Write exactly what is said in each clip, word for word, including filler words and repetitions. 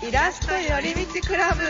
イラスト寄り道クラブ。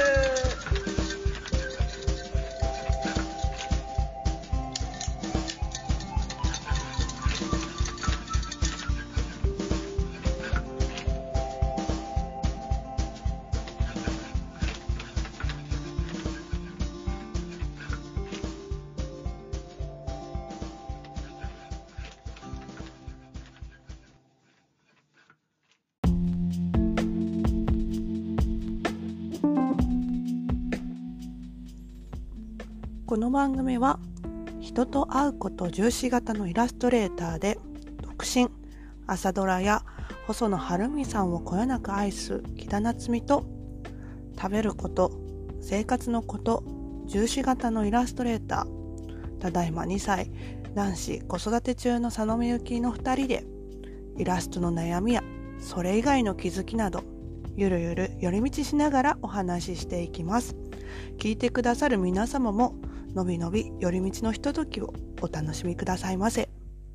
この番組は人と会うこと重視型のイラストレーターで独身朝ドラや細野晴臣さんをこよなく愛す木田夏実と食べること生活のこと重視型のイラストレーターただいまにさい男子子育て中の佐野美幸のふたりでイラストの悩みやそれ以外の気づきなどゆるゆる寄り道しながらお話ししていきます。聞いてくださる皆様ものびのび寄り道のひとときをお楽しみくださいませ。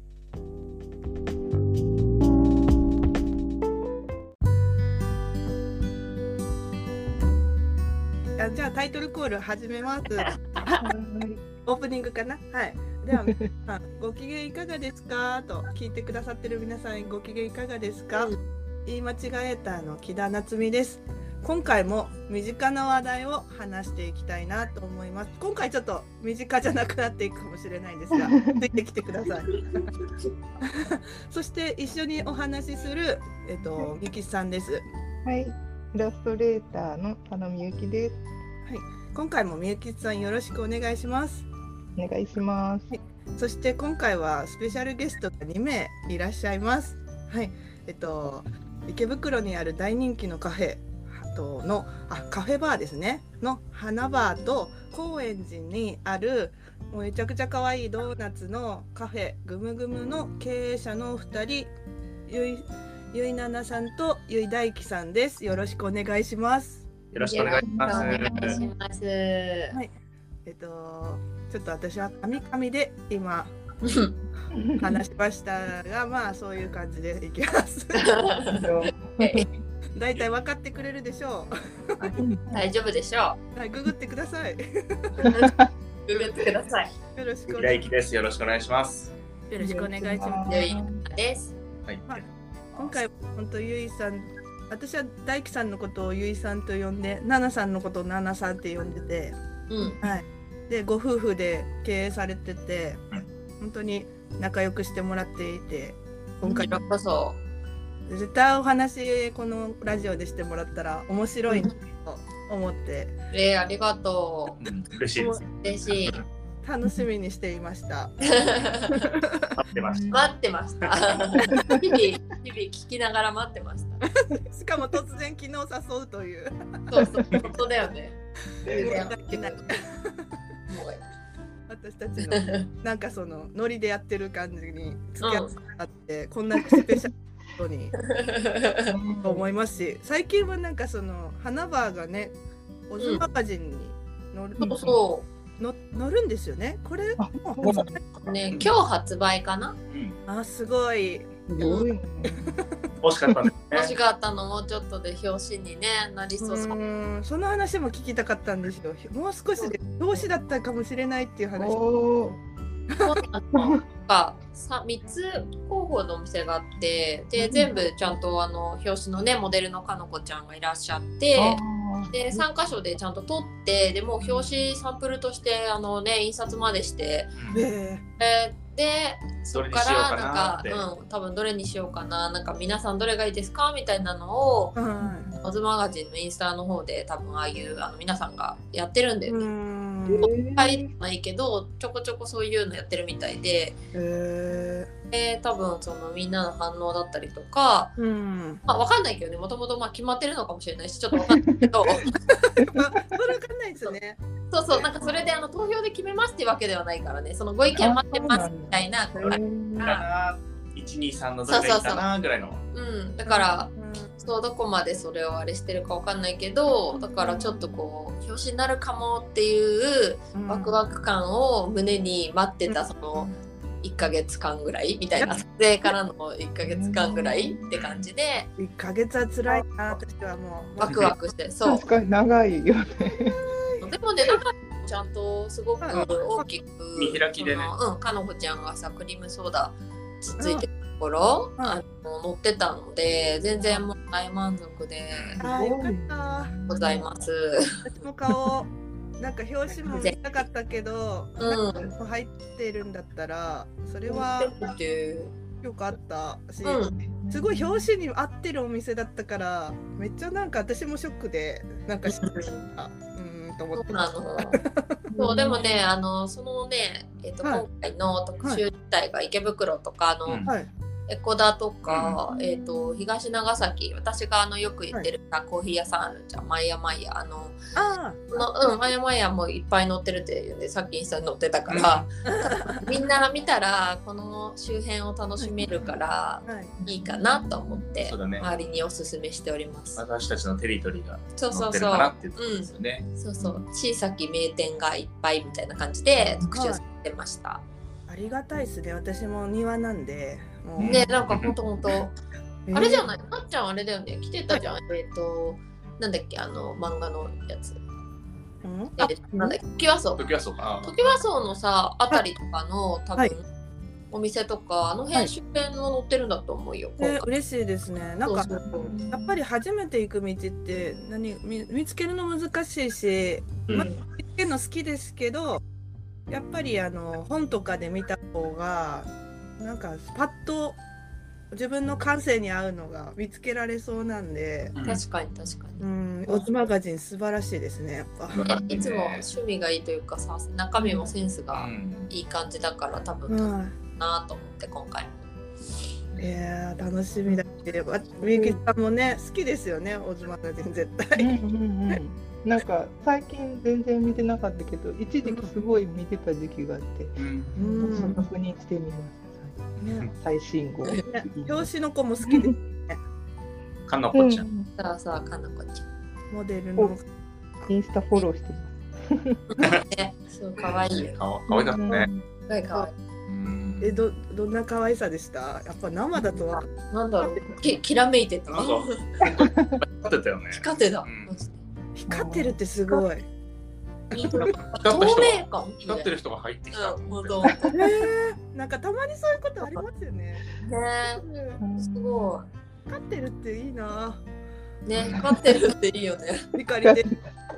あじゃあタイトルコール始めます。オープニングかな。はい。ではご機嫌いかがですかと聞いてくださってる皆さんご機嫌いかがですか、うん、言い間違えたの木田夏実です。今回も身近な話題を話していきたいなと思います。今回ちょっと身近じゃなくなっていくかもしれないんですがついてきてくださいそして一緒にお話しする、えっと、みきさんです。 はい、イラストレーターの佐野みゆきです。 はい、今回もみゆきさんよろしくお願いします。 お願いします、 はい、そして今回はスペシャルゲストがにめいいらっしゃいます。はい、えっと池袋にある大人気のカフェのあカフェバーですねの花バーと高円寺にあるもうめちゃくちゃ可愛いドーナツのカフェグムグムの経営者のお二人ゆいゆいななさんとゆい大輝さんです。よろしくお願いします。 よろしくお願いします。 お願いします。 はい、えっとちょっと私はカミカミで今話しましたがまあそういう感じでいきますだいたい分かってくれるでしょう大丈夫でしょう。はい、ググってくださいググってください。 よろしくお願いします。よろしくお願いします。 よろしくお願いします。 ゆいです。 はい。 はい、今回本当ゆいさん、私は大輝さんのことをゆいさんと呼んで、ななさんのことをななさんって呼んでて、 うん、 はい。でご夫婦で経営されてて、うん、本当に仲良くしてもらっていて、今回こそ絶対お話このラジオでしてもらったら面白いと思って、 うん、えー、ありがとう、うん、嬉しいです。 嬉しい。 楽しみにしていました。 待ってました。 待ってました。日々日々聞きながら待ってました。 しかも突然昨日誘うという。 そうそう本当だよね。 私たちのなんかそのノリでやってる感じに付き合ってあって、うん、こんなスペシャルことにと思いますし、最近はなんかその花バーがねオズマガジンに載る、 うん、そうそうの載るんですよね。これね、今日発売かな。 あ、すごい。 すごいね。 惜しかったね。 惜しかったのもうちょっとで表紙にねなりそう。 うん、その話も聞きたかったんですよ。もう少しで表紙だったかもしれないっていう話。 かみっつ候補のお店があってで、うん、全部ちゃんとあの表紙のねモデルのかのこちゃんがいらっしゃってでさんかしょでちゃんと撮ってでもう表紙サンプルとしてあのね印刷までして、 うん、 えーでそこからなんかうん多分どれにしようかななんか皆さんどれがいいですかみたいなのを、うん、オズマガジンのインスタの方で多分ああいうあの皆さんがやってるんだよね。はいないけどちょこちょこそういうのやってるみたいで、 えー、で多分そのみんなの反応だったりとか、 うんまあ、分かんないけどねもともとまあ決まってるのかもしれないしちょっと分かんないけどそれ分かんないですね。 そうそうなんかそれであの投票で決めますっていうわけではないからねそのご意見待ってますみたいないちにさんのどれがいいかなぐらいのうんだから、うん、そうどこまでそれをあれしてるかわかんないけどだからちょっとこう表紙になるかもっていうワクワク感を胸に待ってたそのいっかげつかんぐらいみたいな、撮影からのいっかげつかんぐらいって感じで、 いっかげつは辛いな、私はもうワクワクして、そう確かに長いよね。 でもね、なんかちゃんとすごく大きく見開きでね、 うん、かのこちゃんがさクリームソーダつついてるところ、 うんあの乗ってたので全然もう大満足であーよかったございます。 私も顔なんか表紙も見たかったけど、 うんなんか入ってるんだったらそれはでよかったし、 うすごい表紙に合ってるお店だったからめっちゃなんか私もショックでなんか知ってたうんと思ってあのそうでもねあのそのね、えーとはい今回の特集自体が池袋とかあの、 うんはい江古田とか、えー、と東長崎、私があのよく行ってるさ、コーヒー屋さんあるじゃん、マイヤマイヤ、あのあのうんマイヤマイヤもいっぱい載ってるっていうんでさっきインスタに載ってたからみんな見たらこの周辺を楽しめるからあはいいいかなと思ってそうだね周りにおすすめしております。 私たちのテリトリーがそうそう載ってるそうかなっていうところですよね。 そうそう小さき名店がいっぱいみたいな感じで特集されてました。 ありがたいですね。私も庭なんでもうでなんかほんとほんとえーあれじゃないなっちゃんあれだよね来てたじゃん、えっ、となんだっけあの漫画のやつうんえーなんだっけトキワ荘時はそうか。 トキワ荘のさあたりとかの多分、 はいお店とかあの辺周辺の載ってるんだと思うよ、 えー今回嬉しいですね。なんかそうそうそうやっぱり初めて行く道って何見見つけるの難しいし、 うんま見つけるの好きですけど、やっぱりあの本とかで見た方がなんかパッと自分の感性に合うのが見つけられそうなんで、 うん確かに確かに、 うん、オズマガジン素晴らしいですねやっぱ。 えいつも趣味がいいというかさ中身もセンスうがんいい感じだから多分いいうんなと思って今回もいやー楽しみだけど、みゆきさんもね好きですよねオズマガジン絶対。 うんうんうん。なんか最近全然見てなかったけど、一時期すごい見てた時期があって、 うんうん確認してみまねす。最新号。 ね表紙の子も好きです。 かなこちゃん。 うんさあさあかなこちゃモデルの。 インスタフォローしてます。 んねそうかわいいよかわかわいかったね。 すごいかわいいうんえどどんな可愛さでした？やっぱ生だとは。 なんだろうききらめいてたなんか本当に光ってたよね。 光ってた、 うん光ってるってすごい。 いい透光った人明感光ってる人が入ってきたとうん、 思って。 ほんとえー、なんかたまにそういうことありますよね。 ねうんすご光ってるっていいな。 いね光ってるっていいよね光で。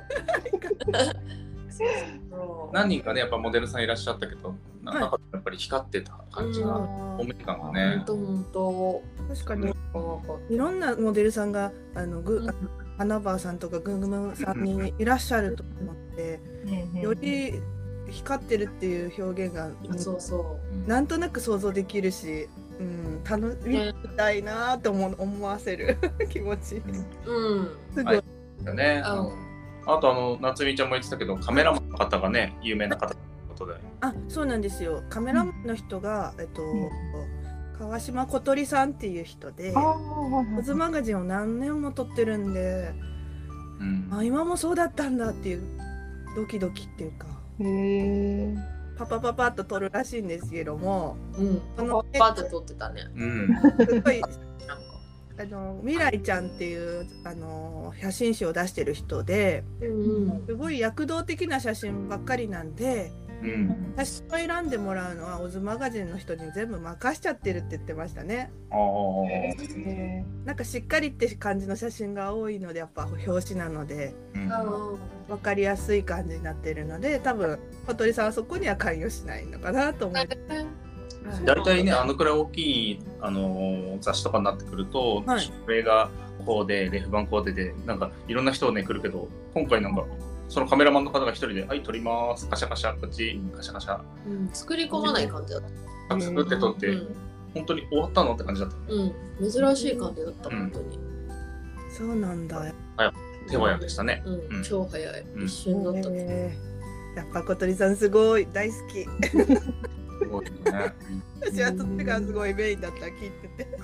そう何人かねやっぱモデルさんいらっしゃったけど、なんかやっぱり光ってた感じが、 あ透明感がほねん。とほんとー確かにういろんなモデルさんがあのグんあの花バーさんとかグングムさんにいらっしゃると思って、より光ってるっていう表現がそうそなんとなく想像できるし、うん、楽見たいなと思思わせる気持ち。 ううんすごい。 はいだね。 うんあとあの夏美ちゃんも言ってたけどカメラマンの方がね有名な方ということで。 あ、そうなんですよ。カメラマンの人が、えっと、川島小鳥さんっていう人で、 あオズマガジンを何年も撮ってるんで、 うんあ、今もそうだったんだっていうドキドキっていうか、 へえ。 パパパパッと撮るらしいんですけども、 うんパパパって撮ってたねうんすごいなんかあの未来ちゃんっていうあの写真集を出してる人で、 うんすごい躍動的な写真ばっかりなんで、 うん。 写真を選んでもらうのはオズマガジンの人に全部任しちゃってるって言ってましたね。 ああ。 へなんかしっかりって感じの写真が多いので、やっぱ表紙なのでうん分かりやすい感じになってるので、多分小鳥さんはそこには関与しないのかなと思って。 大体ねあのくらい大きいあの雑誌とかになってくると、 はいこれがこうでレフ板こうででなんかいろんな人をね来るけど、今回なんかそのカメラマンの方が一人で「はい撮ります」カシャカシャこっちカシャカシャうん作り込まない感じだったサクサクって撮って、 うん本当に終わったのって感じだった。 うん珍しい感じだったうん本当にそうなんだ。 手早でしたね。 ううんん超早いうん一瞬だったえーやっぱ小鳥さんすごい大好き。 すごいね。 私はそっちがすごいメインだった聞いてて。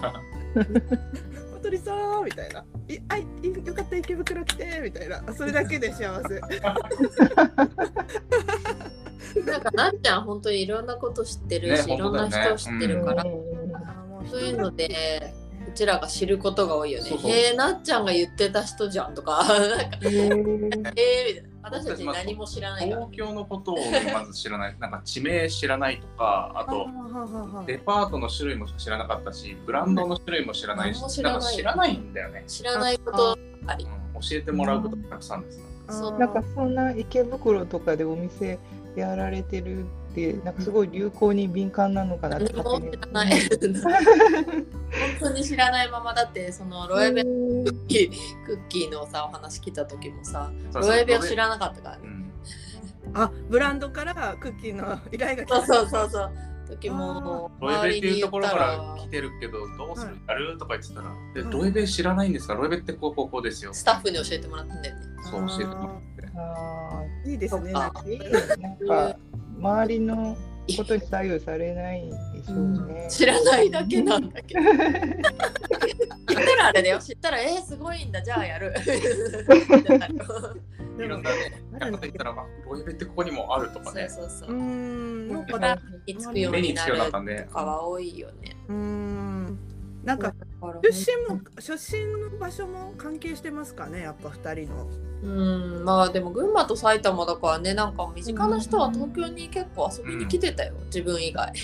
小鳥さんみたいな。いあいいよかった池袋来てみたいな。それだけで幸せ。 なんかなっちゃん本当にいろんなこと知ってるし、 ねいろんな人を知ってるから、 あーもうそういうのでうちらが知ることが多いよね。 そうそうへえ、なっちゃんが言ってた人じゃんとか、なんかへーえーみたいな。私たち何も知らないから。 東京のことをまず知らない、なんか地名知らないとか、あとははははデパートの種類も知らなかったし、ブランドの種類も知らないし、 何も知らないなんか知らないんだよね。 知らないことあり。 うん、教えてもらうことがたくさんです。 そうなんかそんな池袋とかでお店やられてるってなんかすごい流行に敏感なのかなって何も勝手に知らない。本当に知らないままだってそのロエベクッキークッキーのさお話聞いた時もさ、 そうそうロエベを知らなかったからね。 うんあ、ブランドからクッキーの依頼が来た。 そうそうそうそう。時もロエベっていうところから周りに言ったら来てるけど、どうする、 はいやるとか言ってたら、えはいロエベ知らないんですか、ロエベってこうこうこうですよ。 スタッフに教えてもらったんだよね。 そう教えてもらって。 あいいですね。 そっかなんかーいいねなんか周りのことに左右されないでしょうね。 知らないだけなんだけど。知ったらあれだよ。知ったらえー、すごいんだじゃあやる。 いろんなね、百貨店行ったら、あロエベってここにもあるとかね。 そうそうそうう。 ーん、なんかから目につくよう目につくようになるになったんでと。かは多いよね。 うーん、なんかから出身も出身の場所も関係してますかね、やっぱ二人の。 うん、まあでも群馬と埼玉だからね、なんか身近な人は東京に結構遊びに来てたよ、自分以外。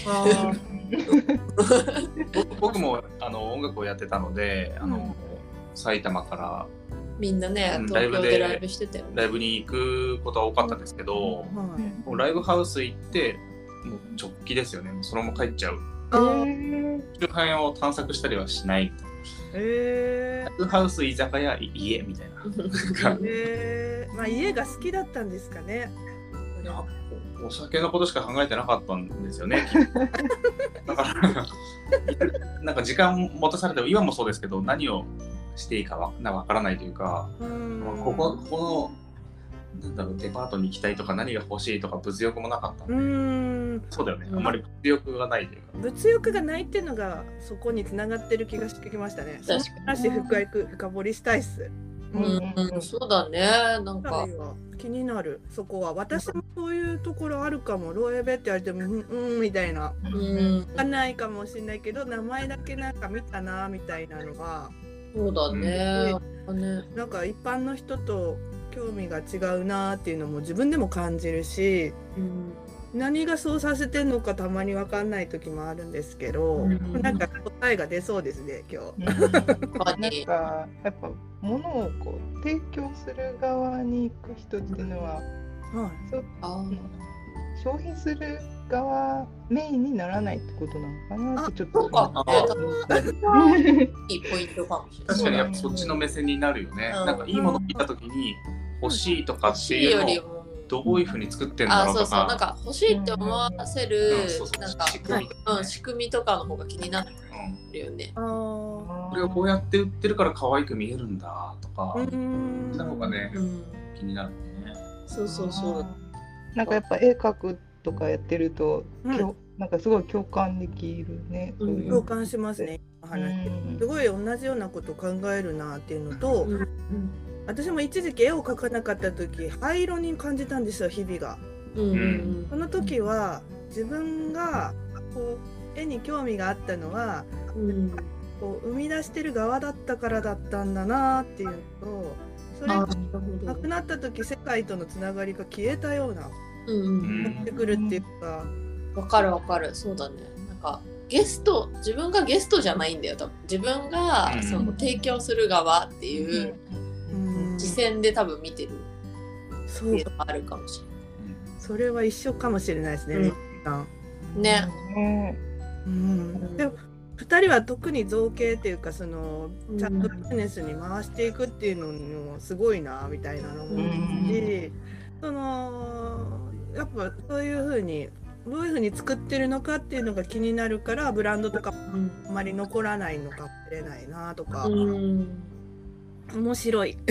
僕僕もあの音楽をやってたので、あの埼玉からみんなね、 うん東京でラライブでイブしてたよね。 ライブに行くことは多かったんですけど、 はい。 もうライブハウス行ってもう直帰ですよね。もうそのまま帰っちゃう。 あー周辺を探索したりはしない。 えライブハウス、居酒屋、い家みたいな。 ー、えー、まあ家が好きだったんですかね。 いやおお酒のことしか考えてなかったんですよね。だからなんか時間持たされても今もそうですけど、何をしていいかわな分からないというか、 うーんこここのなんだろうデパートに行きたいとか何が欲しいとか物欲もなかったんで。 うーん、 そうだよね。 うんあんまり物欲がないというか。 物欲がないっていうのがそこに繋がってる気がしてきましたね。その確かに話深いく深掘りしたいっす。 うんうん、そうだね、なんかはいわ気になるそこは。私もそういうところあるかも。ロエベって言われてもうんうんみたいな。 うん、 わかんないかもしれないけど名前だけなんか見たなみたいなのがそうだね。ねなんか一般の人と興味が違うなっていうのも自分でも感じるし、 うん何がそうさせてんのかたまに分かんない時もあるんですけど、 うんなんか答えが出そうですね今日。 うん確かなんにかやっぱ物をこう提供する側に行く人っていうのははいそうあ消費する側メインにならないってことなのかなってちょっとそうかあいいポイントかもしれない。 確かにやっぱそっちの目線になるよね。 うんなんかいいものを見たときに欲しいとか欲しいっていうのをよりもどういうふうに作ってんだあろうとそうそうなんか。 か欲しいって思わせるうんそうそうなんか仕組みうん仕組みとかの方が気になってうんるよね。 あーここれをこうやって売ってるから可愛く見えるんだとか、 うーそんっちの方がねうん、 気になるね。 そうそうそう。 なんかやっぱ絵描くとかやってると、 うんきょなんかすごい共感できるね。そういう共感しますね今の話。 うんすごい同じようなこと考えるなっていうのと、 うんうん私も一時期絵を描かなかった時灰色に感じたんですよ日々が。 うんうんその時は自分がこう絵に興味があったのはうんこう生み出してる側だったからだったんだなっていうのと、それがあなるほどなくなった時世界とのつながりが消えたようなうんうんなってくるっていうか、 わかるわかるそうだね。なんかゲスト自分がゲストじゃないんだよ多分自分がうんその提供する側っていううん視線で多分見てるそうっていうのがあるかもしそれは一緒かもしれないですね、 うんみさん。 れない。ね。 ねうん、でもふたりは特に造形っていうかそのうんちゃんとビジネスに回していくっていうのもすごいなみたいなのもうんし、そのやっぱそういう風にどういう風に作ってるのかっていうのが気になるからブランドとかうんあまり残らないのかもしれないなとか、 うん面白い。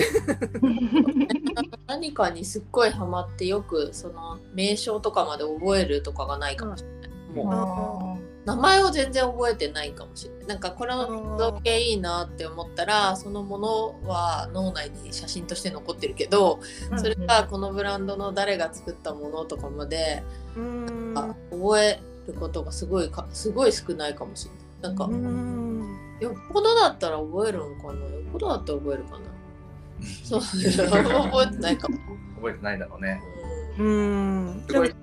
何かにすっごいハマってよくその名称とかまで覚えるとかがないかもしれない。もあ名前を全然覚えてないかもしれない。なんかこれの造形いいなって思ったらそのものは脳内に写真として残ってるけど、それがこのブランドの誰が作ったものとかまで、うん、覚えることがすごいかすごい少ないかもしれない。なんか、うん、よっぽどだったら覚えるんかな。よっぽどだったら覚えるかな。そう覚えてないかも。 覚えてないだろうね。 うん。 すごい。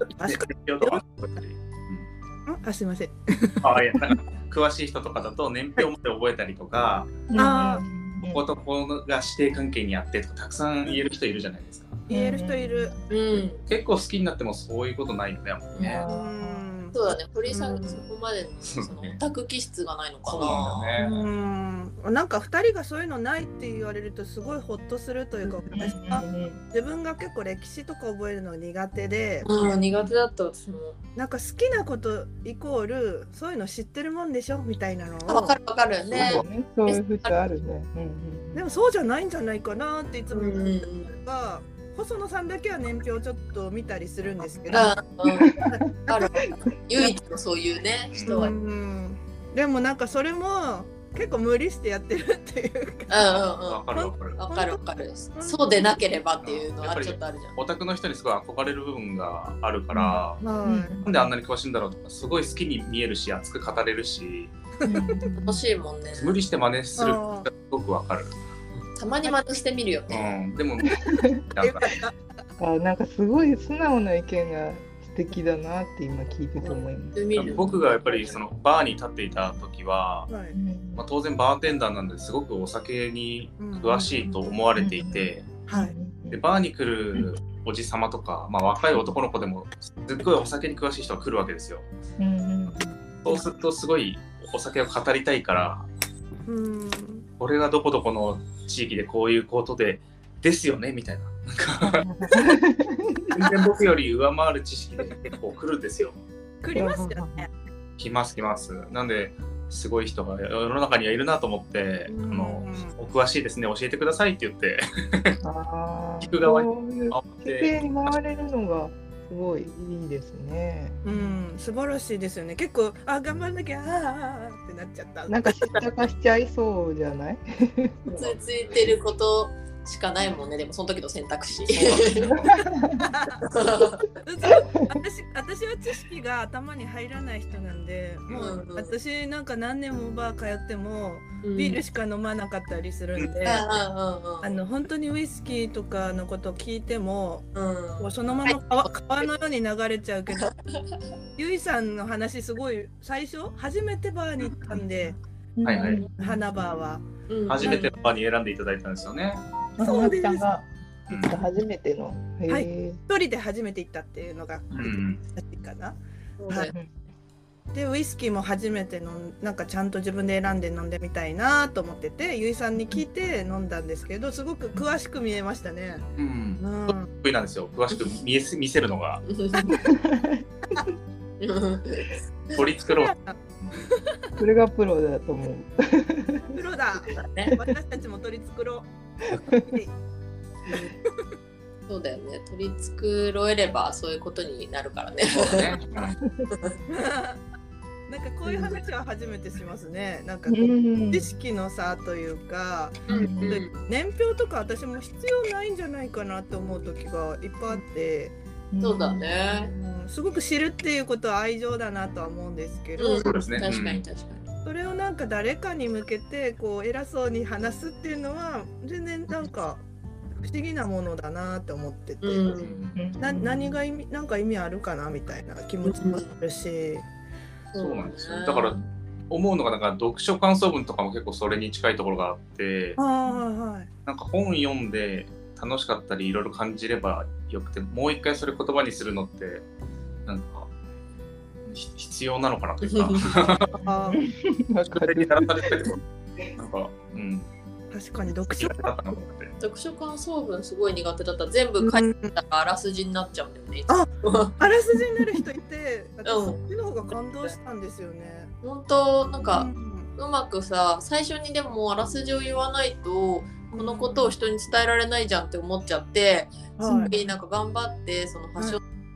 あ、すいません。 あ、いや、なんか詳しい人とかだと年表まで覚えたりとか、あこことここが師弟関係にあってとかたくさん言える人いるじゃないですか。 言える人いる。 うん。 結構好きになってもそういうことないよね。ね。 そうだね。堀井さんがそこまでのそのオタク気質がないのかな。 そうなんだよね。うん。なんか二人がそういうのないって言われるとすごいホッとするというか、私は自分が結構歴史とか覚えるの苦手で、 うん、苦手だった私も。 なんか好きなことイコールそういうの知ってるもんでしょみたいなのを。 わかるわかるね。 そういう節あるね。 でもそうじゃないんじゃないかなっていつも思ってるが。細野さんだけは年表ちょっと見たりするんですけど、ある唯一のそういうね人は、うん、 でもなんかそれも結構無理してやってるっていうか、 わかるわかるわかるわかるそうでなければっていうのはちょっとあるじゃん。 オタクの人にすごい憧れる部分があるから、うん、なんであんなに詳しいんだろうとかすごい好きに見えるし熱く語れるし楽しいもんね。 無理して真似するのがすごくわかる。 たまに真似してみるよね。 うん、でもあ、なんかすごい素直な意見が素敵だなって今聞いてて思います。 うん、僕がやっぱりそのバーに立っていた時は、はい、まあ、当然バーテンダーなんですごくお酒に詳しいと思われていて、 はい、 でバーに来るおじさまとか、まあ、若い男の子でもすっごいお酒に詳しい人が来るわけですよ。うん、そうするとすごいお酒を語りたいから、うん、これがどこどこの地域でこういうことでですよねみたいな、なんか全然僕より上回る知識で結構来るんですよ。 来りますよね。 来ます来ます。なんですごい人が世の中にはいるなと思って、うん、あのお詳しいですね教えてくださいって言って聞く側に回ってに回れるのがすごいいいですね。 うん、素晴らしいですよね。結構あ頑張んなきゃあーってなっちゃった。 なんかしったかしちゃいそうじゃない？ ついついてることしかないもんね。でもその時の選択肢。 私私は知識が頭に入らない人なんで、もう、うんうん、私なんか何年もバー通っても、うん、ビールしか飲まなかったりするんで、うん、あの本当にウイスキーとかのことを聞いても、うん、もうそのまま 川, 川のように流れちゃうけど、ゆいさんの話すごい最初初めてバーに行ったんで、 はいはい、 花バーは、 うん、初めてバーに選んでいただいたんですよね。 そうです。 初めての、 はい、一人で初めて行ったっていうのがかな、うん、はい、でウイスキーも初めてのなんかちゃんと自分で選んで飲んでみたいなと思ってて、ゆいさんに聞いて飲んだんですけど、すごく詳しく見えましたね。 うん、うん、得意なんですよ、詳しく見え見せるのが取り繕うそれがプロだと思う。 プロだ、ね、私たちも取り繕うそうだよね、取り繕えればそういうことになるからね。 なんかこういう話は初めてしますね。なんかこう知識の差というか、うん、年表とか私も必要ないんじゃないかなって思う時がいっぱいあって、 そうだね、 うん、すごく知るっていうことは愛情だなとは思うんですけど、 うん、そうですね、確かに確かに。 それをなんか誰かに向けてこう偉そうに話すっていうのは全然なんか不思議なものだなって思ってて、うん、な何が意味なんか意味あるかなみたいな気持ちもあるし、 うん、そうなんですよ。だから思うのがなんか読書感想文とかも結構それに近いところがあって、 あ、はい、 なんか本読んで楽しかったりいろいろ感じればよくて、もう一回それ言葉にするのってなんか必要なのかなというかそれにさらされてるなんか、うん、 確かに読書読書感想文すごい苦手だった。全部書いてたらあらすじになっちゃうんだよね。 あ、あらすじになる人いて、私そっちの方が感動したんですよね。 本当なんか、うん、うまくさ最初にでもあらすじを言わないとこのことを人に伝えられないじゃんって思っちゃって、すごいなんか頑張ってその端折って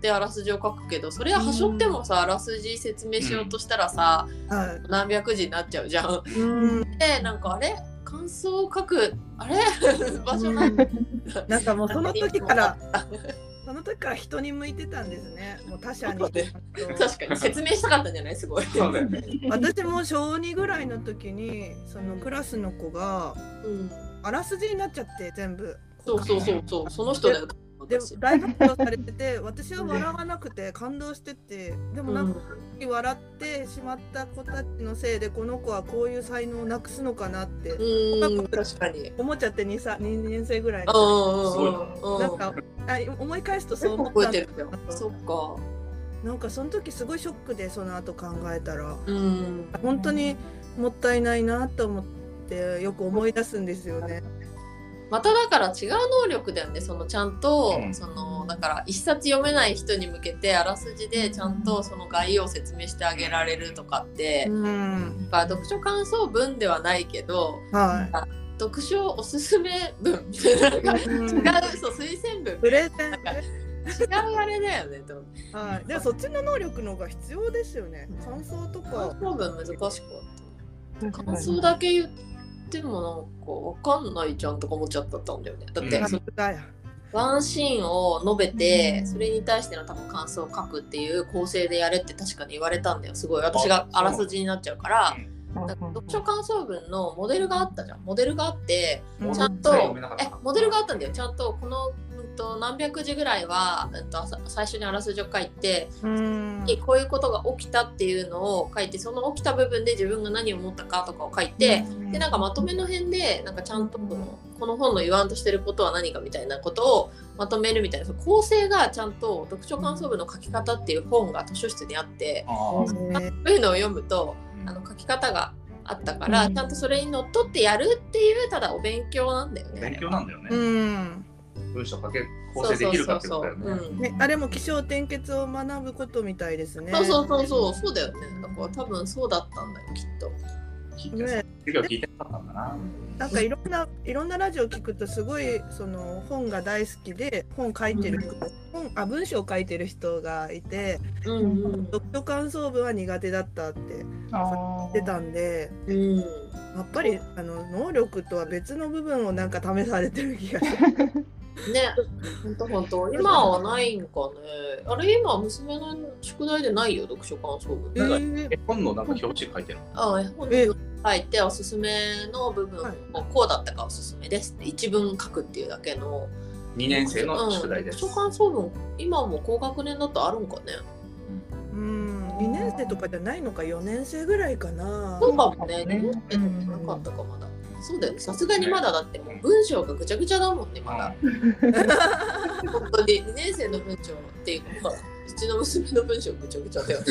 ってあらすじを書くけど、それははしょってもさ、あらすじ説明しようとしたらさ、 はい何百字になっちゃうじゃん。 うんでなんかあれ感想を書くあれ場所ないなんかもうその時からその時から人に向いてたんですね。もう他者に。 確かに説明したかったんじゃない？すごい。 そうだよね。 私も小にぐらいの時にそのクラスの子がうん、 あらすじになっちゃって全部。 そうそうそうそうその人だよ。 で私大爆笑されてて、私は笑わなくて感動してて、でもなんか笑ってしまった子たちのせいでこの子はこういう才能をなくすのかなってうん確かに。 思っちゃって に, さにねん生ぐらいうんうんうん。 なんかあ思い返すとそう思っ覚たんだえてるよ。そっか。 なんかその時すごいショックで、その後考えたらうん。 本当にもったいないなと思ってよく思い出すんですよね。 まただから違う能力だよね。そのちゃんと、 うんそのだから一冊読めない人に向けてあらすじでちゃんとその概要を説明してあげられるとかって、 うん、 まあ読書感想文ではないけど、 は読書おすすめ文みたいななんかい。うん違うそう推薦文プレゼンなんか違うあれだよねと思ってはい。でもそっちの能力の方が必要ですよね。感想とか感。想文難しかった感確かに想だけ言ってもなんかわかんないじゃんとか思っちゃったんだよね。だって、 うんそだや。 ワンシーンを述べて、 うんそれに対しての多分感想を書くっていう構成でやれって確かに言われたんだよ。すごい私があらすじになっちゃうからだから読書感想文のモデルがあったじゃん。モデルがあってうんちゃんと最後見なかったえモデルがあったんだよ。ちゃんとこの、うん、と何百字ぐらいは、うん、と最初にあらすじを書いて、 うん。 こういうことが起きたっていうのを書いて、その起きた部分で自分が何を思ったかとかを書いて、でなんかまとめの辺でなんかちゃんとこのこの本の言わんとしてることは何かみたいなことをまとめるみたいな、その構成がちゃんと読書感想文の書き方っていう本が図書室にあって、 あそういうのを読むとあの書き方があったから、 うんちゃんとそれにのっとってやるっていうただお勉強なんだよね。 勉強なんだよね。 うん。 文章書け構成できるかってことだよね。 そうそうそうそう、うんね、あれも起承転結を学ぶことみたいですね。 そうそうそうそうそうだよね。だから多分そうだったんだよきっと。 聞いてね授業聞いてなかったんだな。 なんかいろんないろんなラジオ聞くとすごいその本が大好きで本書いてる人、本あ文章を書いてる人がいて、 うんうん読書感想文は苦手だったって言ってたんで、 うん。 やっぱりあの能力とは別の部分をなんか試されてる気がする。 ね、ほんとほんと。今はないんかね。あれ今娘の宿題でないよ読書感想文。 えなんかーえ本のなんか表紙書いてるの。 あ本に書いておすすめの部分をこうだったかおすすめですって一文書くっていうだけのにねん生の宿題です。 うん、読書感想文今も高学年だとあるんかね。 うんにねん生とかじゃないのかよねん生ぐらいかな。 そうかもね。 ねにねん生とかなかったかまだ。そうだよね。さすがにまだだってもう文章がぐちゃぐちゃだもんねまだ。本当ににねん生の文章っていうか、うちの娘の文章ぐちゃぐちゃだよね。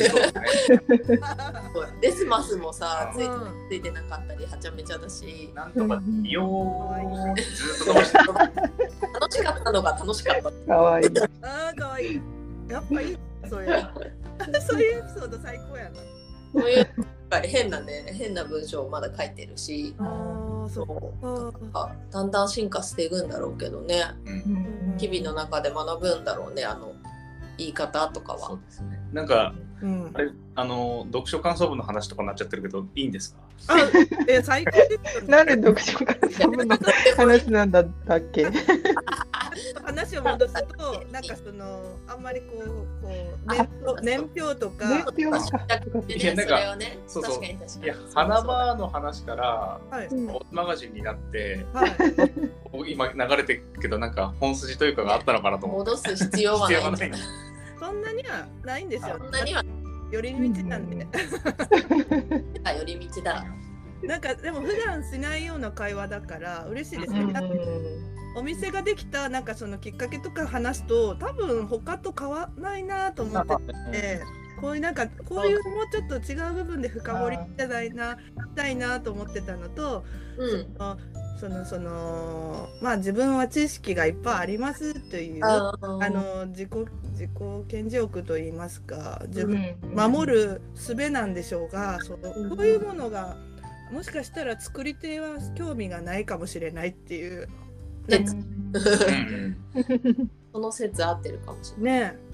デスマスもさ、ついてうんついてなかったりはちゃめちゃだし、 なんとかよーずっと飛ばして楽しかったのが楽しかった。 かわいい。 あーかわいい。やっぱいいそういうそういうエピソード最高やな。 そういう変なね変な文章をまだ書いてるし、 ああそうそうあだんだん進化していくんだろうけどね。 うん日々の中で学ぶんだろうねあの言い方とかは。 そうですね。なんかうんあれあの読書感想文の話とかになっちゃってるけどいいんですか？ あえ最高ですよね。 なんで読書感想文の話なんだったっけ？ 話を戻すとなんかそのあんまりこうこう年表年表とか、 年表か。 でねいやなんかそれをねそうそう確かに確かに。 いや花場の話からはいうんオーマガジンになってはい。 今流れてるけどなんか本筋というかがあったのかなと思って。 戻す必要はないんじゃない。 そんなにはないんですよ。 そんなには寄り道なんで。 あ寄り道だ。 なんかでも普段しないような会話だから嬉しいですね。なんかお店ができたなんかそのきっかけとか話すと多分他と変わらないなと思ってて、こういうなんかこういうもうちょっと違う部分で深掘りしたいなしたいなと思ってたのと、 うん。 そのそのまあ自分は知識がいっぱいありますというああーの自己自己顕示欲といいますか自分うん守る術なんでしょうが、そううんこういうものがもしかしたら作り手は興味がないかもしれないっていう説うんその説合ってるかもしれない。 ね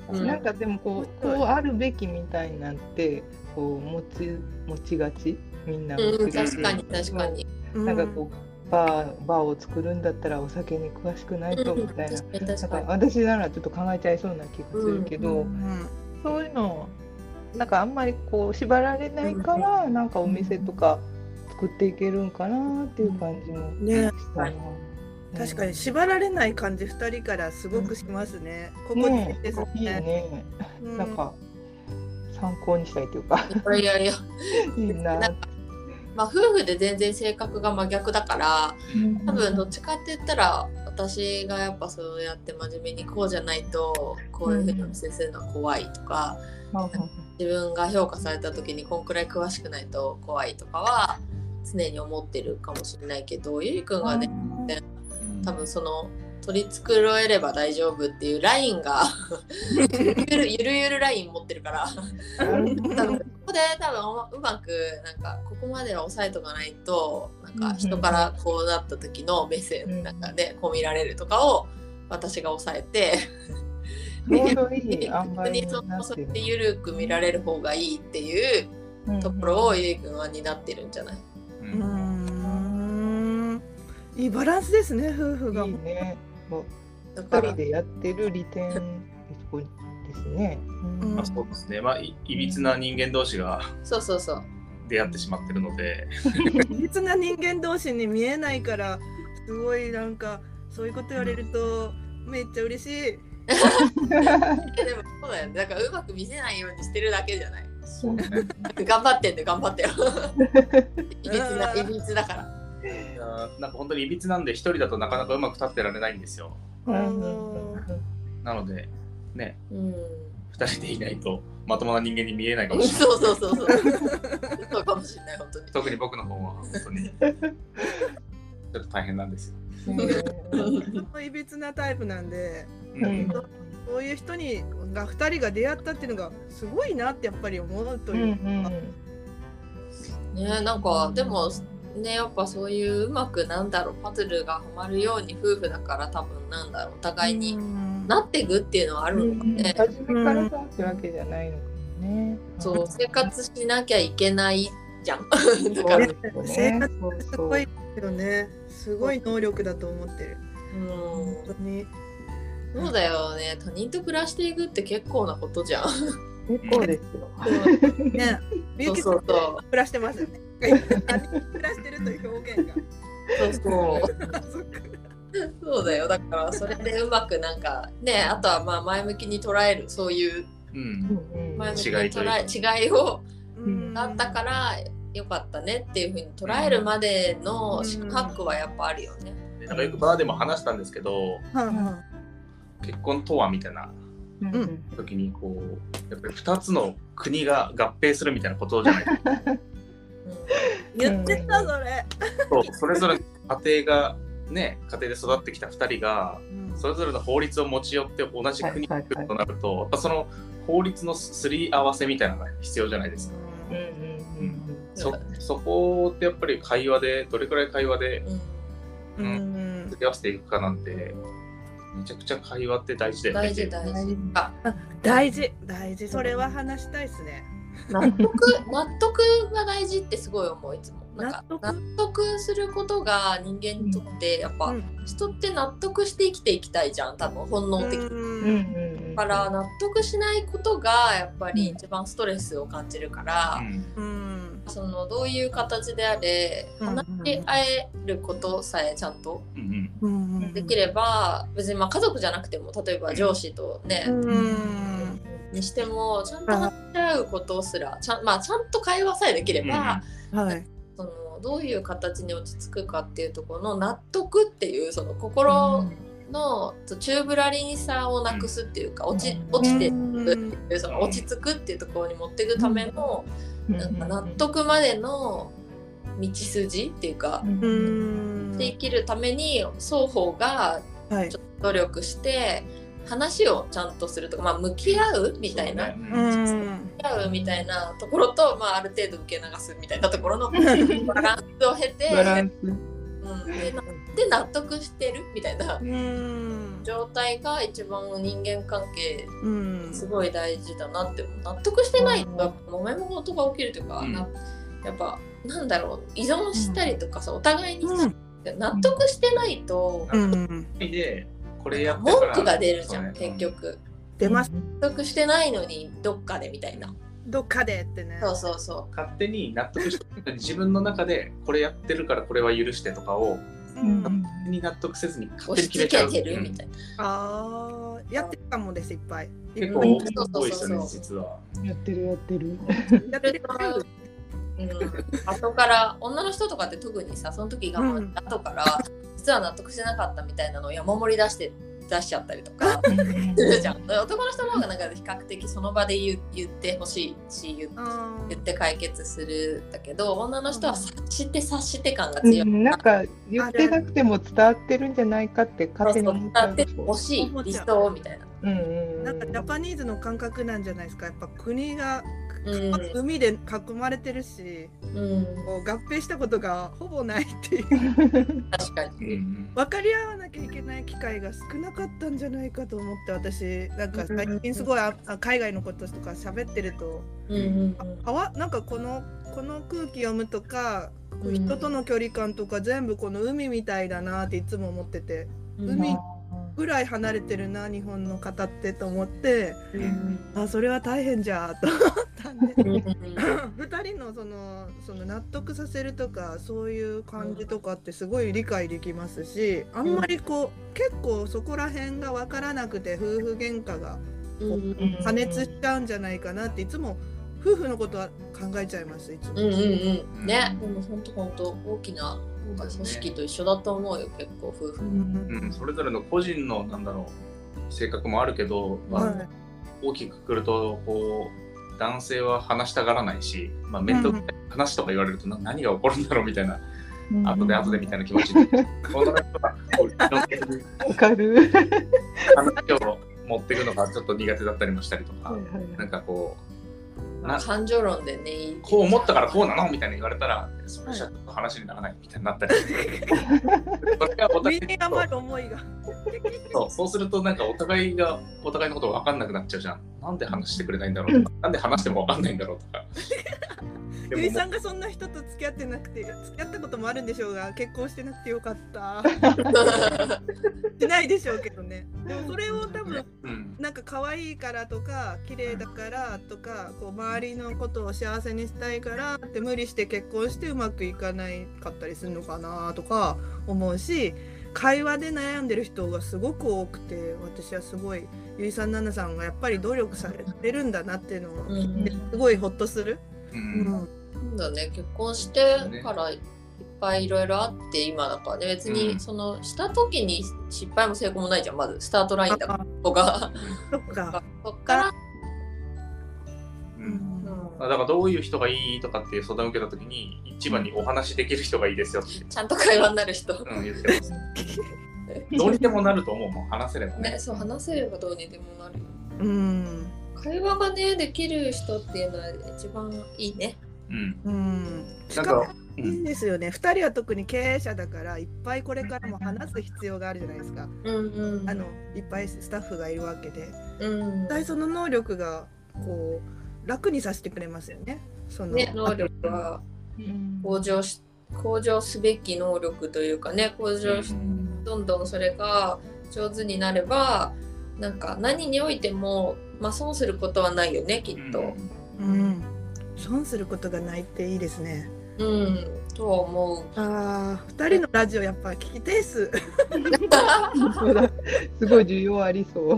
うんなんかでもこう、こうあるべきみたいなんてこう持ち持ちがちみんな持うん、 ちがち確かに確かに。 なんかこうバーバーを作るんだったらお酒に詳しくないとみたいな、 確かになんか確かに。 私ならちょっと考えちゃいそうな気がするけど、 うんそういうのなんかあんまりこう縛られないから、なんかお店とか作っていけるんかなっていう感じもね、 したな。 確かに縛られない感じふたりからすごくしますね。心地いいねですいいね。 ね。 うんなんか参考にしたいというかいやいや、 いいな。 なんかまあ夫婦で全然性格が真逆だから、多分どっちかって言ったら私がやっぱそうやって真面目にこうじゃないとこういうふうにお見せするのは怖いとか、自分が評価された時にこんくらい詳しくないと怖いとかは常に思ってるかもしれないけど、ゆいくんがね多分その取り繕えれば大丈夫っていうラインがゆるゆるゆるライン持ってるから多分ここで多分うまくなんかここまでは抑えとかないとなんか人からこうなった時の目線なんかでこう見られるとかを私が抑えてちょうどいい塩梅ににそそれなってる。 でゆるく見られる方がいいっていうところをゆいくんは担ってるんじゃない？ ううんんいいバランスですね、夫婦が。 いいね。 だからふたりでやってる利点ってとこですね。 うんまあ、そうですね、まあ、いいびつな人間同士がそうそうそう。 出会ってしまってるので、 いびつな人間同士に見えないからすごいなんかそういうこと言われるとめっちゃ嬉しい。 えでもそうだよね。だからうまく見せないようにしてるだけじゃない。 そうですね。 頑張ってんで頑張ってよ。いびつないびつだから。 いやなんか本当にいびつなんで一人だとなかなかうまく立ってられないんですよ。なのでね、 うん。 二人でいないとまともな人間に見えないかもしれない。 そうそうそうそう。そうかもしれない本当に。 特に僕の方は本当にちょっと大変なんですよ。 いびつなタイプなんで、 うんうんそういう人にがふたりが出会ったっていうのがすごいなってやっぱり思うとうんいうか、 ねなんかでもねやっぱそういううまくなんだろうパズルがはまるように夫婦だから多分なんだろうお互いになっていくっていうのはあるのかね。 初めからそうってわけじゃないのかもね。 そう生活しなきゃいけないじゃん。だから、 そうですよ生ね。 活すごいけどね、すごい能力だと思ってる。 うん本当に。 そうだよね他人と暮らしていくって結構なことじゃん。 結構ですよ。 ね、みゆきさんそうそう暮らしてますよね。暮らしてるという表現が。 そうそうそっかそうだよだからそれでうまくなんかねあとはまあ前向きに捉えるそういううん前向きに違いという捉え違いをうんだったからよかったねっていうふうに捉えるまでの四苦八苦はやっぱあるよね。 でなんかよくバーでも話したんですけど、 はんはん結婚とはみたいなうん時にこうやっぱりふたつの国が合併するみたいなことじゃないですか。 言ってたそれ。 そうそれぞれ家庭がね家庭で育ってきたふたりがそれぞれの法律を持ち寄って同じ国に来るとなると、やっぱその法律のすり合わせみたいなのが必要じゃないですか。 うんうんうんそそこってやっぱり会話でどれくらい会話でうんうんうん付き合わせていくかなんてめちゃくちゃ会話って大事だよね。 大事大事。あ大事大事、それは話したいですね。 納得納得が大事ってすごい思ういつも。なんか納得納得することが人間にとってやっぱ、 うん人って納得して生きていきたいじゃん多分本能的に。 うんうんだから納得しないことがやっぱり一番ストレスを感じるから、 うんうんそのどういう形であれうん話し合えることさえちゃんとうんうんできれば、別にまあ家族じゃなくても例えば上司とね、 うんにしてもちゃんと話し合うことすらちゃん,、まあ、ちゃんと会話さえできれば、 はいそのどういう形に落ち着くかっていうところの納得っていうその心の宙ぶらりんさをなくすっていうか、落ち落ちていくっていうその落ち着くっていうところに持っていくための、なんか納得までの道筋っていうか、 うんで生きるために双方がはいちょっと努力して話をちゃんとするとか、まあ、向き合うみたいな、 そうねうん向き合うみたいなところと、まあ、ある程度受け流すみたいなところのバランスを経て、 バランス。 うん、でなで納得してるみたいなうん状態が一番人間関係うんすごい大事だなって、納得してないと揉め事が起きるというか、 うん、 なやっぱなんだろう、依存したりとかさ、お互いにうん納得してないと、 うんでこれやってから文句が出るじゃん、 そうね結局。 出ます。 納得してないのにどっかでみたいな。 どっかでってね。 そうそうそ勝手に納得して自分の中でこれやってるからこれは許してとかをうんうん勝手に納得せずにう。 勝押し付手に決めちゃう。 けてるみたいな。 ああ、やってるかもです、いっぱい。 結構いっ多いですよね、実は。 やってるやってる。 ぱいやってる。 うん、後から女の人とかって特にさ、その時我慢した後から、実は納得してなかったみたいなのを山盛り出して出しちゃったりとかするじゃん。男の人の方がなんか比較的その場で言う言ってほしいし、言あ言って解決するんだけど、女の人は察して察して感が強い。 うんなんか言ってなくても伝わってるんじゃないかって勝手に思っちゃうでしょ。 欲しい理想みたいな。 うんうんなんかジャパニーズの感覚なんじゃないですか。やっぱ国がうん海で囲まれてるし、 うん、 こう合併したことがほぼないっていう。 確かに。 うん分かり合わなきゃいけない機会が少なかったんじゃないかと思って、私なんか最近すごいあ海外のこととか喋ってると、 うんうんあわなんかこのこの空気読むとか、 うん人との距離感とか全部この海みたいだなっていつも思ってて、 うん海ぐらい離れてるな日本の方ってと思って、 うんあそれは大変じゃと思ったんでうんふたりのそのその納得させるとかそういう感じとかってすごい理解できますし、あんまりこう結構そこら辺が分からなくて夫婦喧嘩がうん破熱しちゃうんじゃないかなっていつも夫婦のことは考えちゃいますいつも。 うんうんうんね、でも本当本当大きな組織と一緒だと思うよ、結構夫婦。 うん、それぞれの個人のなんだろう性格もあるけど、まあはい大きくくるとこう男性は話したがらないし、まあ、面倒くさい話とか言われるとな何が起こるんだろうみたいな、後で後でみたいな気持ちで女の人はこう理論的にわかる。 話を持っていくのがちょっと苦手だったりもしたりとか、 はいはいなんかこうな感情論でね、 こう思ったからこうなのみたいな言われたらそれじゃちょっと話にならないみたいになったり、それがお互い身に余る思いが。 そうそうするとなんかお互いがお互いのこと分かんなくなっちゃうじゃん。なんで話してくれないんだろうとか、なんで話しても分かんないんだろうとか。でもゆいさんがそんな人と付き合ってなくて付き合ったこともあるんでしょうが結婚してなくてよかったしないでしょうけどね。でもそれを多分うんなんか可愛いからとか綺麗だからとかこう周りのことを幸せにしたいからって無理して結婚してうまくいかないかったりするのかなとか思うし、会話で悩んでる人がすごく多くて、私はすごいゆいさん、ななさんがやっぱり努力されてるんだなっていうのを聞いてすごいホッとする。 ううんんそうだね、結婚してからいっぱいいろいろあって今だからね、別うんにそのした時に失敗も成功もないじゃん、まずスタートラインだからとかそっか。 そっから、 ううんんだからどういう人がいいとかっていう相談を受けたときに一番にお話しできる人がいいですよって、 ちゃんと会話になる人、 うん、言ってます。どうにでもなると思う、もう話せればね。 ね、そう話せればどうにでもなるよ。 うん会話がねできる人っていうのは一番いいね。 うん。 うんしなんかもか、ういいんん、 ですよね。ふたりは特に経営者だからいっぱいこれからも話す必要があるじゃないですか。 うんうん。 あのいっぱいスタッフがいるわけで、 うん絶対その能力がこう楽にさせてくれますよね。そのね、能力は向上し向上すべき能力というかね、向上しどんどんそれが上手になれば、なんか何においても、まあ、損することはないよね、きっと。 うん、損することがないっていいですね。 うん、とは思う。 ああ、ふたりのラジオやっぱ聞きてえす。 そうだすごい需要ありそう。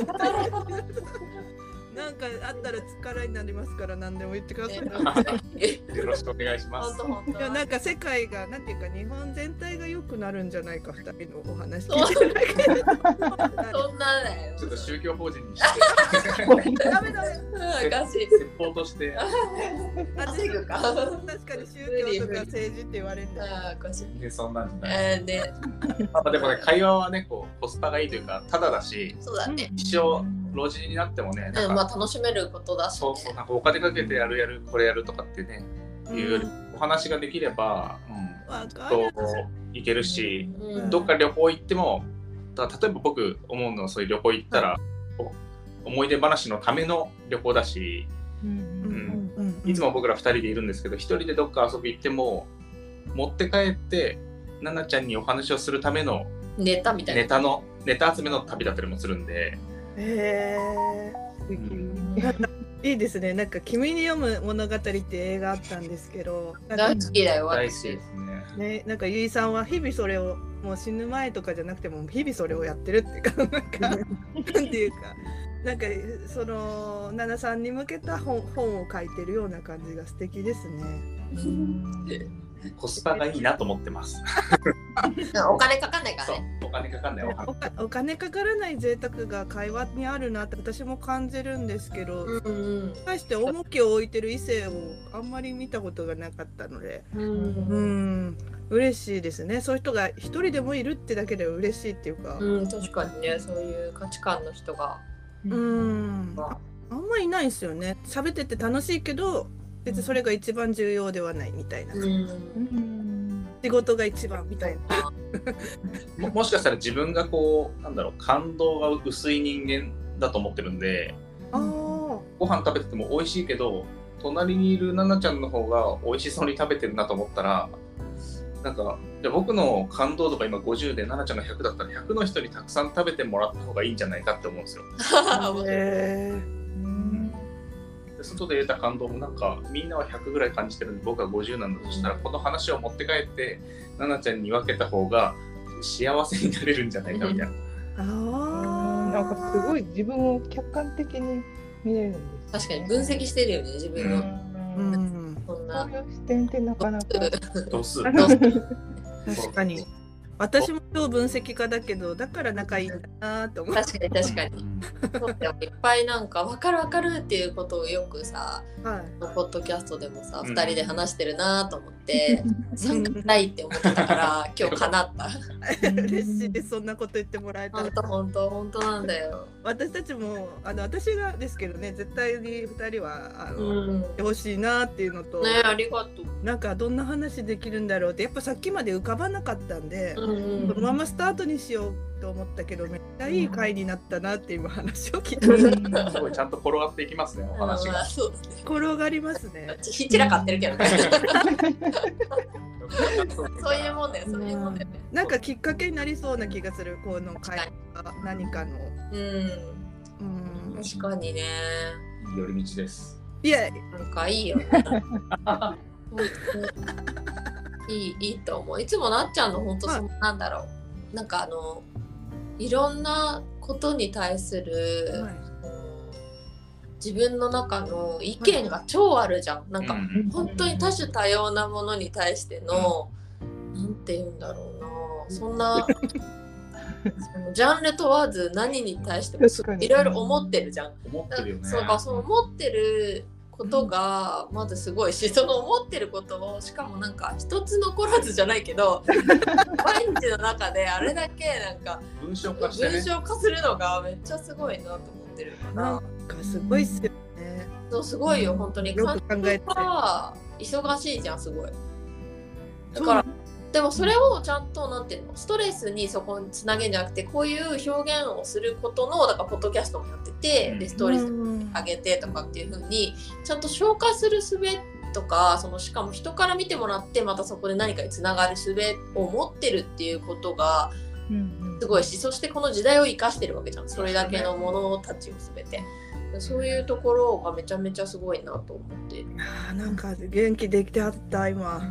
なんかあったら力になりますから何でも言ってください。 ねよろしくお願いします。 本当本当いやなんか世界がなんていうか日本全体が良くなるんじゃないかふたりのお話聞いてるだけで。 そんなだよ。 ちょっと宗教法人にして、 ダメダメ。 うん、ガチ。 説法として、 稼ぐか。 確かに宗教とか政治って言われるんだよ。 ああ、ガチ。 ね、そんなんじゃない。 えー、ね、 まあでもね、会話はね、こうコスパがいいというか、ただだし、 そうだね。 一生老人になってもね、なうん、 んか、 まあ楽しめることだし、ね。 そうそう、なんかお金かけてやるやる、これやるとかってね、いうより、お話ができれば、うん、 わかとる。 行けるし、 うん、 どっか旅行行っても、 だから例えば僕思うのはそういう旅行行ったら、はい、思い出話のための旅行だし、うんうんうん、いつも僕らふたりでいるんですけど、ひとりでどっか遊び行っても持って帰って奈々ちゃんにお話をするためのネタみたいなネタのネタ集めの旅だったりもするんで。 へー、いいですね。なんか君に読む物語って映画あったんですけど、 大好きだよ大好きですね。 ね、なんかゆいさんは日々それをもう死ぬ前とかじゃなくても日々それをやってるっていうか、なんかなんていうか、なんかその奈々さんに向けた 本, 本を書いてるような感じが素敵ですね。 コスパがいいなと思ってますお金かかんないからね。 お金かかんない。 お, お金かからない贅沢が会話にあるなって私も感じるんですけど、うんうん、対して重きを置いてる異性をあんまり見たことがなかったので、うん、うん、嬉しいですね。そういう人が一人でもいるってだけで嬉しいっていうか、 うん、確かにね、そういう価値観の人が、 うん、あ, あんまりいないですよね。喋ってて楽しいけど別にそれが一番重要ではないみたいな、うんうん、仕事が一番みたいなも, もしかしたら自分がこうなんだろう感動が薄い人間だと思ってるんで、あご飯食べてても美味しいけど隣にいる奈々ちゃんの方が美味しそうに食べてるなと思ったら、なんかじゃ僕の感動度が今ごじゅうで奈々ちゃんがひゃくだったらひゃくの人にたくさん食べてもらった方がいいんじゃないかって思うんですよへー、外で得た感動もなんかみんなはひゃくぐらい感じてるんで僕はごじゅうなんだとしたら、この話を持って帰って奈々ちゃんに分けた方が幸せになれるんじゃないかみたいなあなんかすごい自分を客観的に見れるんです。 確かに分析してるよね自分の、うんうん、 そんなそういう視点ってなかなかどうする確かに私も超分析家だけどだから仲いいんだなと思って。 確かに確かにそういっぱいなんか分かる分かるっていうことをよくさ、はい、ポッドキャストでもさ、うん、ふたりで話してるなと思って参加したいって思ってたから今日叶った嬉しいです。そんなこと言ってもらえたら本当本当本当なんだよ。 私たちもあの私がですけどね絶対にふたりはあの、うん、欲しいなっていうのとねありがとう。 なんかどんな話できるんだろうってやっぱさっきまで浮かばなかったんで、うんうん、このままスタートにしようと思ったけどめっちゃいい回になったなって今話を聞いて、 うん、すごいちゃんと転がっていきますねお話が、 うん、そうね、 転がりますね。 ひちらかってるけどねそういうもんだよそういうもんだよね。 なんかきっかけになりそうな気がするこの回が何かの、うんうん、確かにね寄り道です。 いやなんかいいよねいいいいと思う。いつもなっちゃんの本当その、はい、なんだろうなんかあのいろんなことに対する、はい、自分の中の意見が超あるじゃん、はい、なんか、うん、本当に多種多様なものに対しての、うん、なんて言うんだろうなそんなそのジャンル問わず何に対してもいろいろ思ってるじゃん。 思ってるよね。 そうかそう思ってることがまずすごいし、その思ってることをしかもなんか一つ残らずじゃないけど毎日の中であれだけなんか文章化して、ね、 文章化するのがめっちゃすごいなと思ってるからなんかすごいっすよね。 そうすごいよ本当に。 よく考えて忙しいじゃんすごい。だからでもそれをちゃんとなんていうのストレスにそこにつなげるんじゃなくてこういう表現をすることのだからポッドキャストもやってて、うん、でストレス上げてとかっていう風にちゃんと消化する術とかそのしかも人から見てもらってまたそこで何かにつながる術を持ってるっていうことがすごいし、そしてこの時代を生かしてるわけじゃんそれだけのものたちを全て。そういうところがめちゃめちゃすごいなと思って。 あなんか元気できてあった今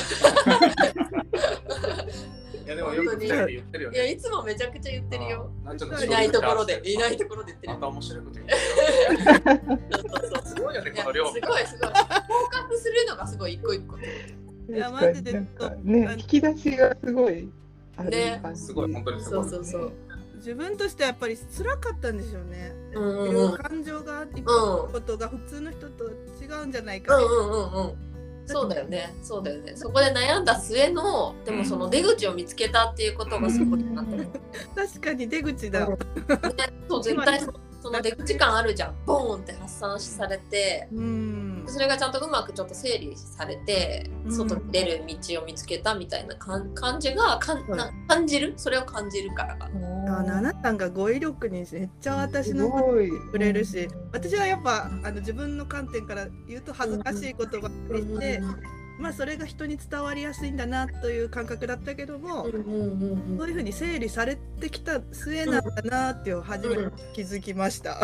いやでもよく言ってるよね。 いやいつもめちゃくちゃ言ってるよ。いないところでいないところで言ってる。 また面白いこと言ってるよ。そうそうそうすごいよねこの量。 すごいすごい。フォーカスするのがすごい一個一個。 いやマジでなんかね引き出しがすごいある感じ。すごい本当にすごい。 そうそうそう。 自分としてやっぱり辛かったんでしょうね。いろいろ感情がいくことが普通の人と違うんじゃないか。 うんうんうんうん。そうだよね、そうだよね。そこで悩んだ末の、でもその出口を見つけたっていうことがすごいなと思う。 確かに出口だ。ね、 そう絶対その出口感あるじゃん。ボーンって発散されて、うんうんそれがちゃんとうまくちょっと整理されて、 うん外に出る道を見つけたみたいな感感じがかんな感じる、それを感じるからかな。 あ、ナナさんが語彙力にめっちゃ私のことすごいくれるし、私はやっぱあの自分の観点から言うと恥ずかしい言葉を言って、まあそれが人に伝わりやすいんだなという感覚だったけども、 うんうんうんうんそういうふうに整理されてきた末なんだなっていう初めて気づきました。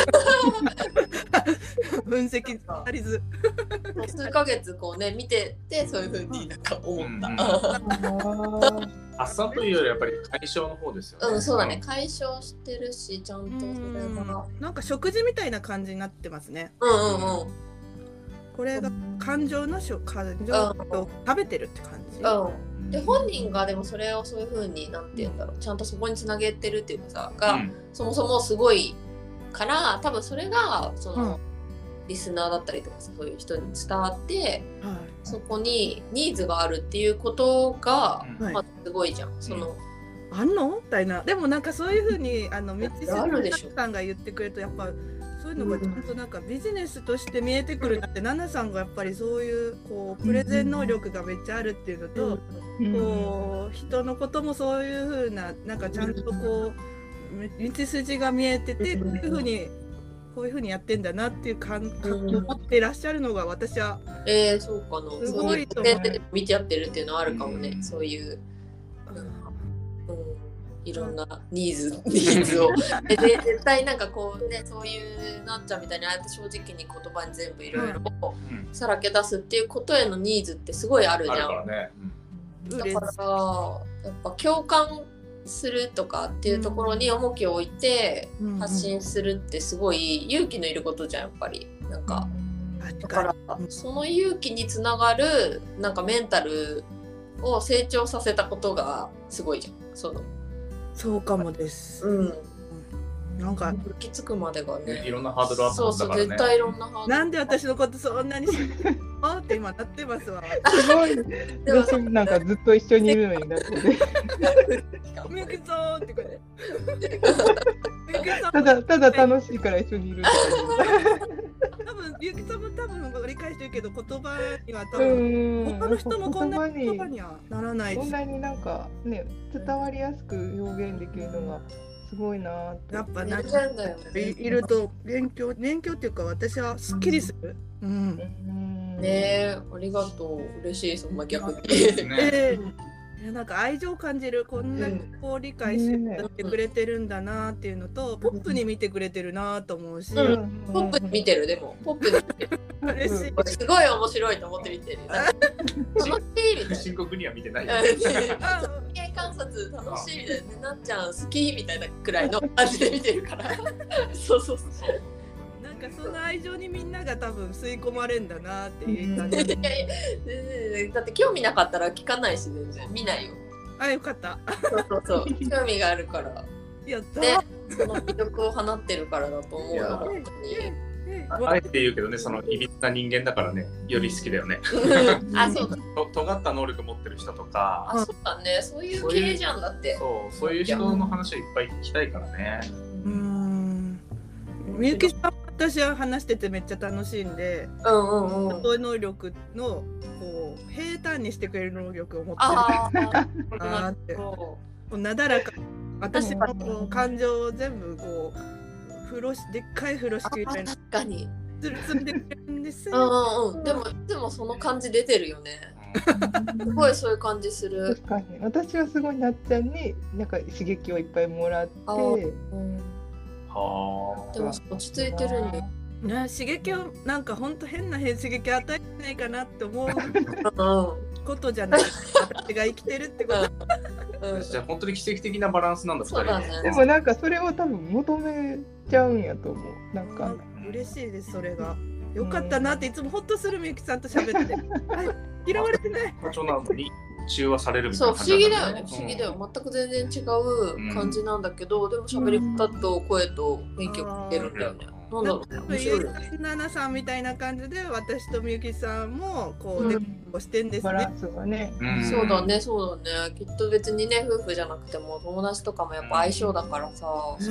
分析足りず。 数ヶ月こうね見ててそういう風になんか思った。 うん発散というよりやっぱり解消の方ですよね。 うん、そうだね。解消してるし、ちゃんとそれが。 なんか食事みたいな感じになってますね。 うんうんうん。 これが感情の食感情を食べてるって感じ。 うん。で本人がでもそれをそういう風になんて言うんだろう、ちゃんとそこにつなげてるっていうかさ、が、 うんそもそもすごいから多分それがその、 うんリスナーだったりとかそういう人に伝わってはいそこにニーズがあるっていうことが、 はいまあ、すごいじゃん。その、 あんのみたいな。でもなんかそういうふうにあの道あるでしょさんが言ってくれるとやっぱそういうのがちゃんとなんかビジネスとして見えてくるなって、ナナさんがやっぱりそういうこうプレゼン能力がめっちゃあるっていうのと、こう人のこともそういうふうななんかちゃんとこう道筋が見えてて、こういうふうにこういうふうにやってんだなっていう感覚を持っていらっしゃるのが私は、 えー、そうかな。 すごいと思うそういう見てやってるっていうのはあるかもね。 うんそういう、 うんうん、いろんなニーズ、ニーズを。で絶対なんかこうね、そういうなっちゃんみたいにああやって正直に言葉に全部いろいろうんさらけ出すっていうことへのニーズってすごいあるじあるゃん。 からね。 だからやっぱ共感するとかっていうところに重きを置いて発信するってすごい勇気のいることじゃんやっぱり。なんかだからその勇気につながるなんかメンタルを成長させたことがすごいじゃん。そのそうかもです。 うん。 なんか行き着くまでがねね。 いろんなハードルあったそうそうんだからね。 絶対いろんなハードル。 なんで私のことそんなに知ってるのって今なってますわ。 すごい。 でも私もなんかずっと一緒にいるのになってて。 みゆきさんって感じ。みゆきさんただただ楽しいから一緒にいるって多分みゆきさんも多分理解してるけど言葉には多感じ。 分うん。 他の人もこんな言葉に言葉にはならないし、 こんなになんかね伝わりやすく表現できるのがすごいなーって。 やっぱなん全か然だよね。 いいると勉強勉強っていうか私はすっきりする。うん。 うんねえありがとう嬉しいそんな逆に。 ねえーいやなんか愛情を感じる、こんなにこう理解してくれてるんだなっていうのと、ポップに見てくれてるなと思うし、 うんポップに見てるでもポップに見てる。 嬉しい。 すごい面白いと思って見てる。楽しいみたいな。 深刻には見てないよ。 あ人間観察楽しいみたいな、なっちゃん好きみたいなくらいの感じで見てるから。そうそうそう。 なんかその愛情にみんなが多分吸い込まれんだなっていう感じ。 いやいや全然だって興味なかったら聞かないし全然見ないよ。 あ、よかった。 そうそうそう。興味があるから。 やった。 で、その魅力を放ってるからだと思うよ本当に。 えあえて言うけどね、そのいびつな人間だからね、より好きだよね。 あ、そうだ。 と尖った能力持ってる人とか、 あ、そうだね。そういう系じゃんだって。 そうそういう人の話をいっぱい聞きたいからね。 うーん。みゆきさん、私は話しててめっちゃ楽しいんで、 うんうんうん。 そういう能力のこう平坦にしてくれる能力を持ってるあなあ、 って、 そこうなだらか、私のこう感情を全部こう風呂しでっかい風呂敷みたいな確かに。 つるつんでくれるんですうよ。 んうんうん。でも、でもその感じ出てるよね。すごいそういう感じする。 確かに私はすごいなっちゃんになんか刺激をいっぱいもらって。 あーうんはでも落ち着いてるんだよ。 ね、刺激をなんか本当変な刺激与えてないかなって思ううんことじゃない。私が生きてるってこと。 うんあ。じゃあ本当に奇跡的なバランスなんだ、ふたり。 そうだねでもなんかそれを多分求めちゃうんやと思う。なんか嬉しいです、それが。よかったなっていつもホッとするみゆきさんと喋って。はい、嫌われてない。 課長なのに中和されるみたいそう不な感じ思議だよね。 なんうん不思議だよ。全く全然違う感じなんだけど、でも喋り方と声と雰囲気が出るんだよね。なんだろうね。面白いよね。 ナナさんみたいな感じで私とみゆきさんもこう、 うんでこしてんですね。 バランスがね。 うんそうだね、そうだね。きっと別にね、夫婦じゃなくても友達とかもやっぱ相性だからさ。 ね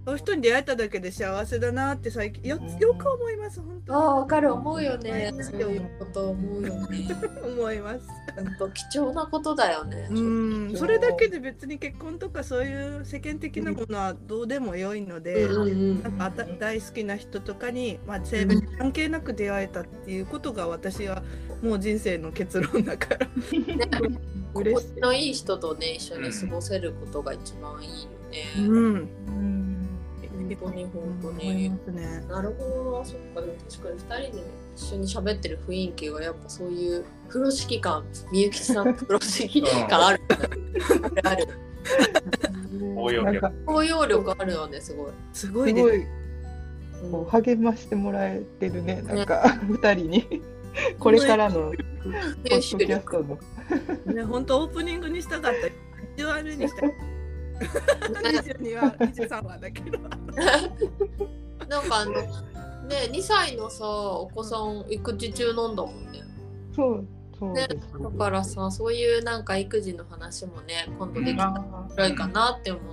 そういう人に出会えただけで幸せだなって最近よよく思います。本当に。 ああ、わかる、思うよね。そういうこと思うよね。 思います。 本当貴重なことだよね。 うん、それだけで別に結婚とかそういう世間的なものはどうでもよいので、 うんうんうん、 なんかあた大好きな人とかに、まあ、性別関係なく出会えたっていうことが私はもう人生の結論だから。 ね、心地のいい人とね一緒に過ごせることが一番いいよね。 うん。 うん本当に本当に、ね、なるほどな。そっか、でも確かにふたりで一緒に喋ってる雰囲気がやっぱそういう風呂敷感、みゆきさんの風呂敷感ある、うん、ある包容力包容力あるよね。すごいすごいです。 こう励ましてもらえてるね、なんかふたりにこれからのポッドキャストのね、本当オープニングにしたかった。ビジュアルにしたかった。にじゅうにはにじゅうさんわだけどなんかあのねにさいのさお子さん育児中なんだもんね。 そうそうね、だからさそういうなんか育児の話もね今度できたら面白いかなって思った。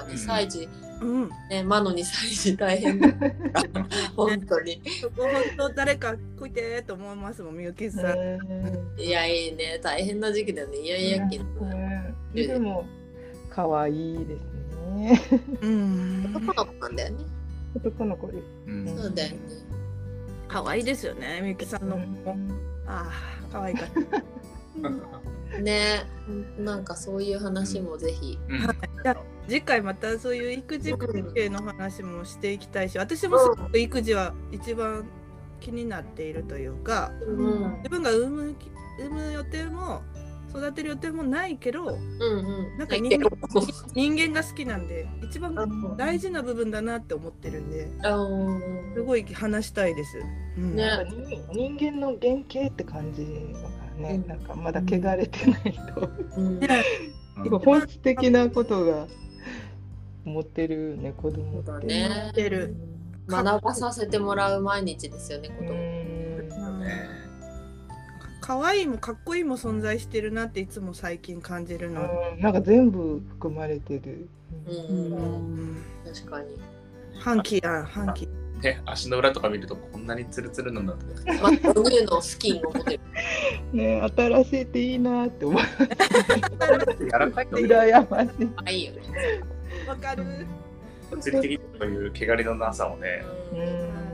にさい児、うんね、魔のにさい児大変だ本当にそこ本当誰か来いてと思いますもんみゆきさん。 いやいいね、大変な時期だね。いやいやきでも可愛いですね。 うん。男の子なんだよね。 男の子です。 うん、そうだよね。 可愛いですよね、みゆきさんの子も。ああ、可愛かった。 ね、なんかそういう話もぜひ。 うん、じゃあ次回またそういう育児関係の話もしていきたいし、私もすごく育児は一番気になっているというか、うん、自分が産む産む予定も。育てる予定もないけど、うんうん、なんか人間、人間が好きなんで一番大事な部分だなって思ってるんで、すごい話したいです。 うんね、人間の原型って感じだからね、うん、なんかまだ汚れてないと、うんうん、本質的なことが持ってるね子供って。 ね、持ってる。学ばさせてもらう毎日ですよね子供。 可愛いもかっこいいも存在してるなっていつも最近感じるの。 うん、なんか全部含まれてる。 うん、うん、確かに。 ハンキーやハンキー。ね、足の裏とか見るとこんなにツルツルなんだと思って。 まあ、ブルーのスキンを持ってる。 ね、新しいっていいなって思う。 やらかいと羨ましい。 あ、いいよね。 わかる。 物理的という汚れのなさもね。うん。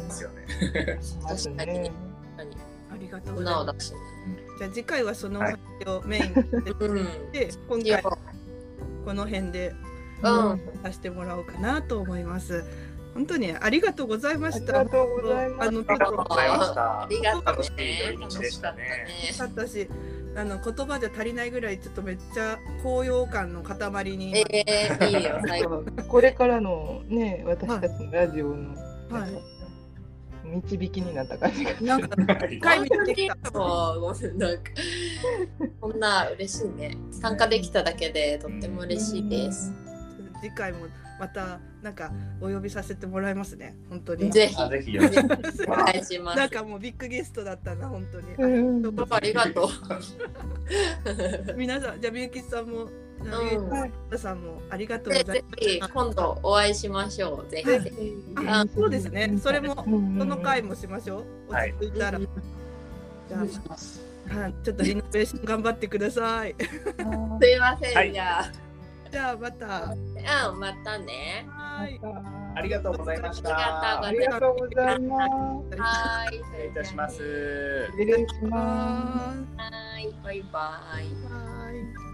ですよね。 確かに。 ありがとうございます。 じゃあ次回はその話をメインにして、うん、今回この辺でさせてもらおうかなと思います。本当にありがとうございました。 ありがとうございました。 ありがとうございました。 ありがとう楽しい一日でしたね。 楽しかったし、あの言葉じゃ足りないぐらいちょっとめっちゃ高揚感の塊に。 えー、いいよ最後。 これからのね私たちのラジオの。 はい。 導きになった感じがなんか一回見てきた。 ごめんなんかこんな嬉しいね。参加できただけでとっても嬉しいです。 次回もまたなんかお呼びさせてもらいますね。本当に。 ぜひぜひよろしくお願いします。 なんかもうビッグゲストだったな本当に。 ありがとう。 皆さんじゃあみゆきさんも。うん、皆さんもありがとうございます。 ぜひ今度お会いしましょう。ぜひ。 あ、そうですね。それもその回もしましょう。落ち着いたら。じゃあ、はい、ちょっとリノベーション頑張ってください。 すいません。じゃあ。 じゃあまた。 うん、またね。 はい。 ありがとうございました。 ありがとうございます。 はい。 失礼いたします。 失礼します。 はい。バイバイ。 バイ。